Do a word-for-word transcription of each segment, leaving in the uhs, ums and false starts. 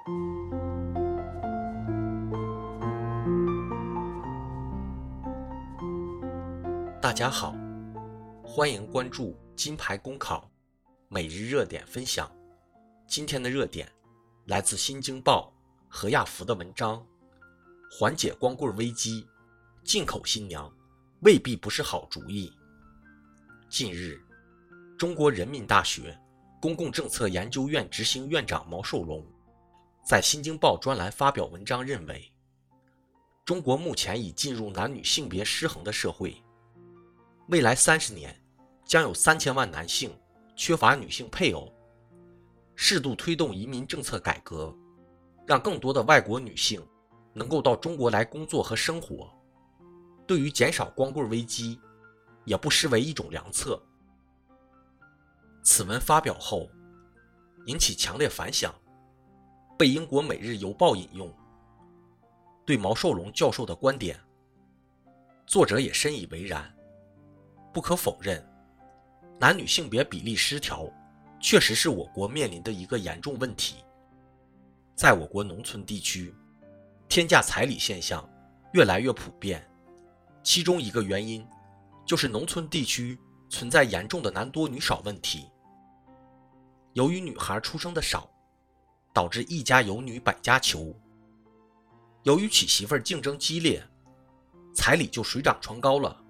大家好，欢迎关注金牌公考每日热点分享。今天的热点来自新京报何亚福的文章，缓解光棍危机，进口新娘未必不是好主意。近日，中国人民大学公共政策研究院执行院长毛寿龙在新京报专栏发表文章，认为中国目前已进入男女性别失衡的社会，未来三十年将有三千万男性缺乏女性配偶，适度推动移民政策改革，让更多的外国女性能够到中国来工作和生活，对于减少光棍危机也不失为一种良策。此文发表后引起强烈反响，被英国《每日邮报》引用。对毛寿龙教授的观点，作者也深以为然。不可否认，男女性别比例失调确实是我国面临的一个严重问题。在我国农村地区，天价彩礼现象越来越普遍，其中一个原因就是农村地区存在严重的男多女少问题。由于女孩出生的少，导致一家有女百家求，由于娶媳妇儿竞争激烈，彩礼就水涨船高了。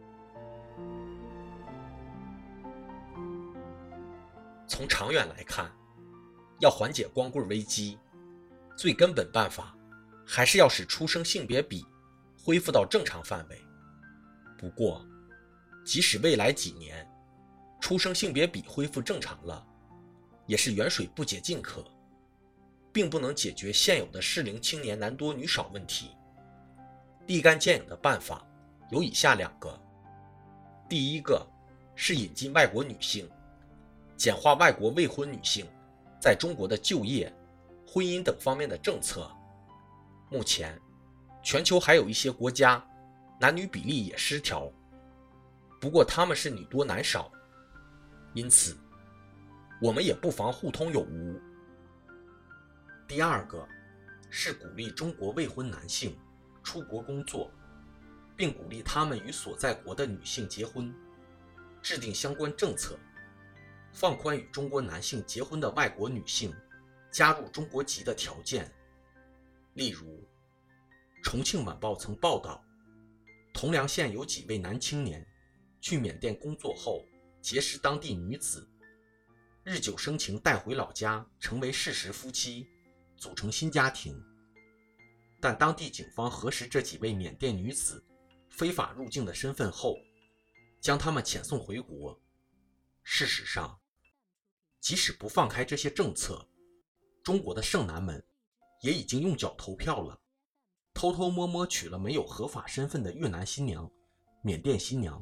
从长远来看，要缓解光棍危机，最根本办法还是要使出生性别比恢复到正常范围。不过，即使未来几年出生性别比恢复正常了，也是远水不解近渴，并不能解决现有的适龄青年男多女少问题。立竿见影的办法有以下两个。第一个是引进外国女性，简化外国未婚女性在中国的就业、婚姻等方面的政策。目前，全球还有一些国家男女比例也失调，不过他们是女多男少，因此我们也不妨互通有无。第二个是鼓励中国未婚男性出国工作，并鼓励他们与所在国的女性结婚，制定相关政策，放宽与中国男性结婚的外国女性加入中国籍的条件。例如，重庆晚报曾报道，铜梁县有几位男青年去缅甸工作后结识当地女子，日久生情，带回老家成为事实夫妻，组成新家庭。但当地警方核实这几位缅甸女子非法入境的身份后，将他们遣送回国。事实上，即使不放开这些政策，中国的剩男们也已经用脚投票了，偷偷摸摸娶了没有合法身份的越南新娘、缅甸新娘。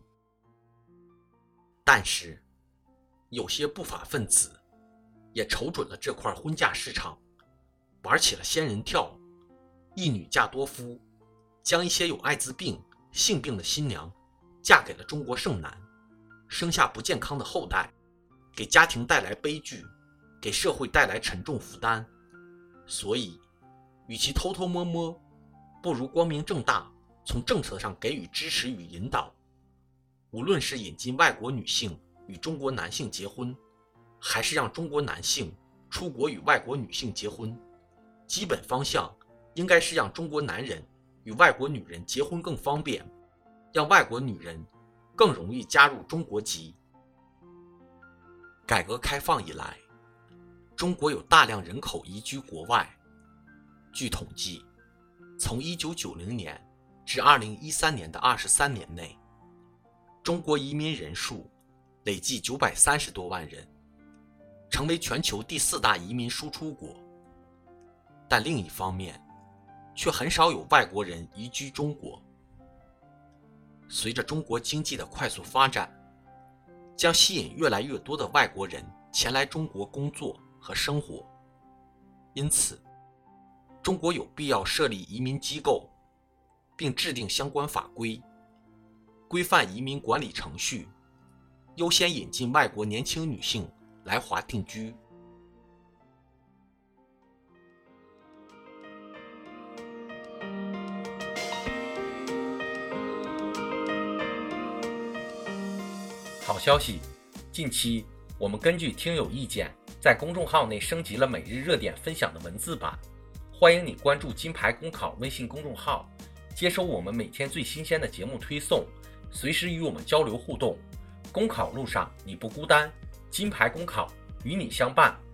但是有些不法分子也瞅准了这块婚嫁市场，玩起了仙人跳，一女嫁多夫，将一些有艾滋病、性病的新娘嫁给了中国剩男，生下不健康的后代，给家庭带来悲剧，给社会带来沉重负担。所以与其偷偷摸摸，不如光明正大从政策上给予支持与引导。无论是引进外国女性与中国男性结婚，还是让中国男性出国与外国女性结婚，基本方向应该是让中国男人与外国女人结婚更方便，让外国女人更容易加入中国籍。改革开放以来，中国有大量人口移居国外。据统计，从一九九零年至二零一三年的二十三年内，中国移民人数累计九百三十多万人，成为全球第四大移民输出国。但另一方面，却很少有外国人移居中国。随着中国经济的快速发展，将吸引越来越多的外国人前来中国工作和生活。因此，中国有必要设立移民机构，并制定相关法规，规范移民管理程序，优先引进外国年轻女性来华定居。 好消息，近期我们根据听友意见，在公众号内升级了每日热点分享的文字版，欢迎你关注金牌公考微信公众号，接收我们每天最新鲜的节目推送，随时与我们交流互动。公考路上你不孤单，金牌公考与你相伴。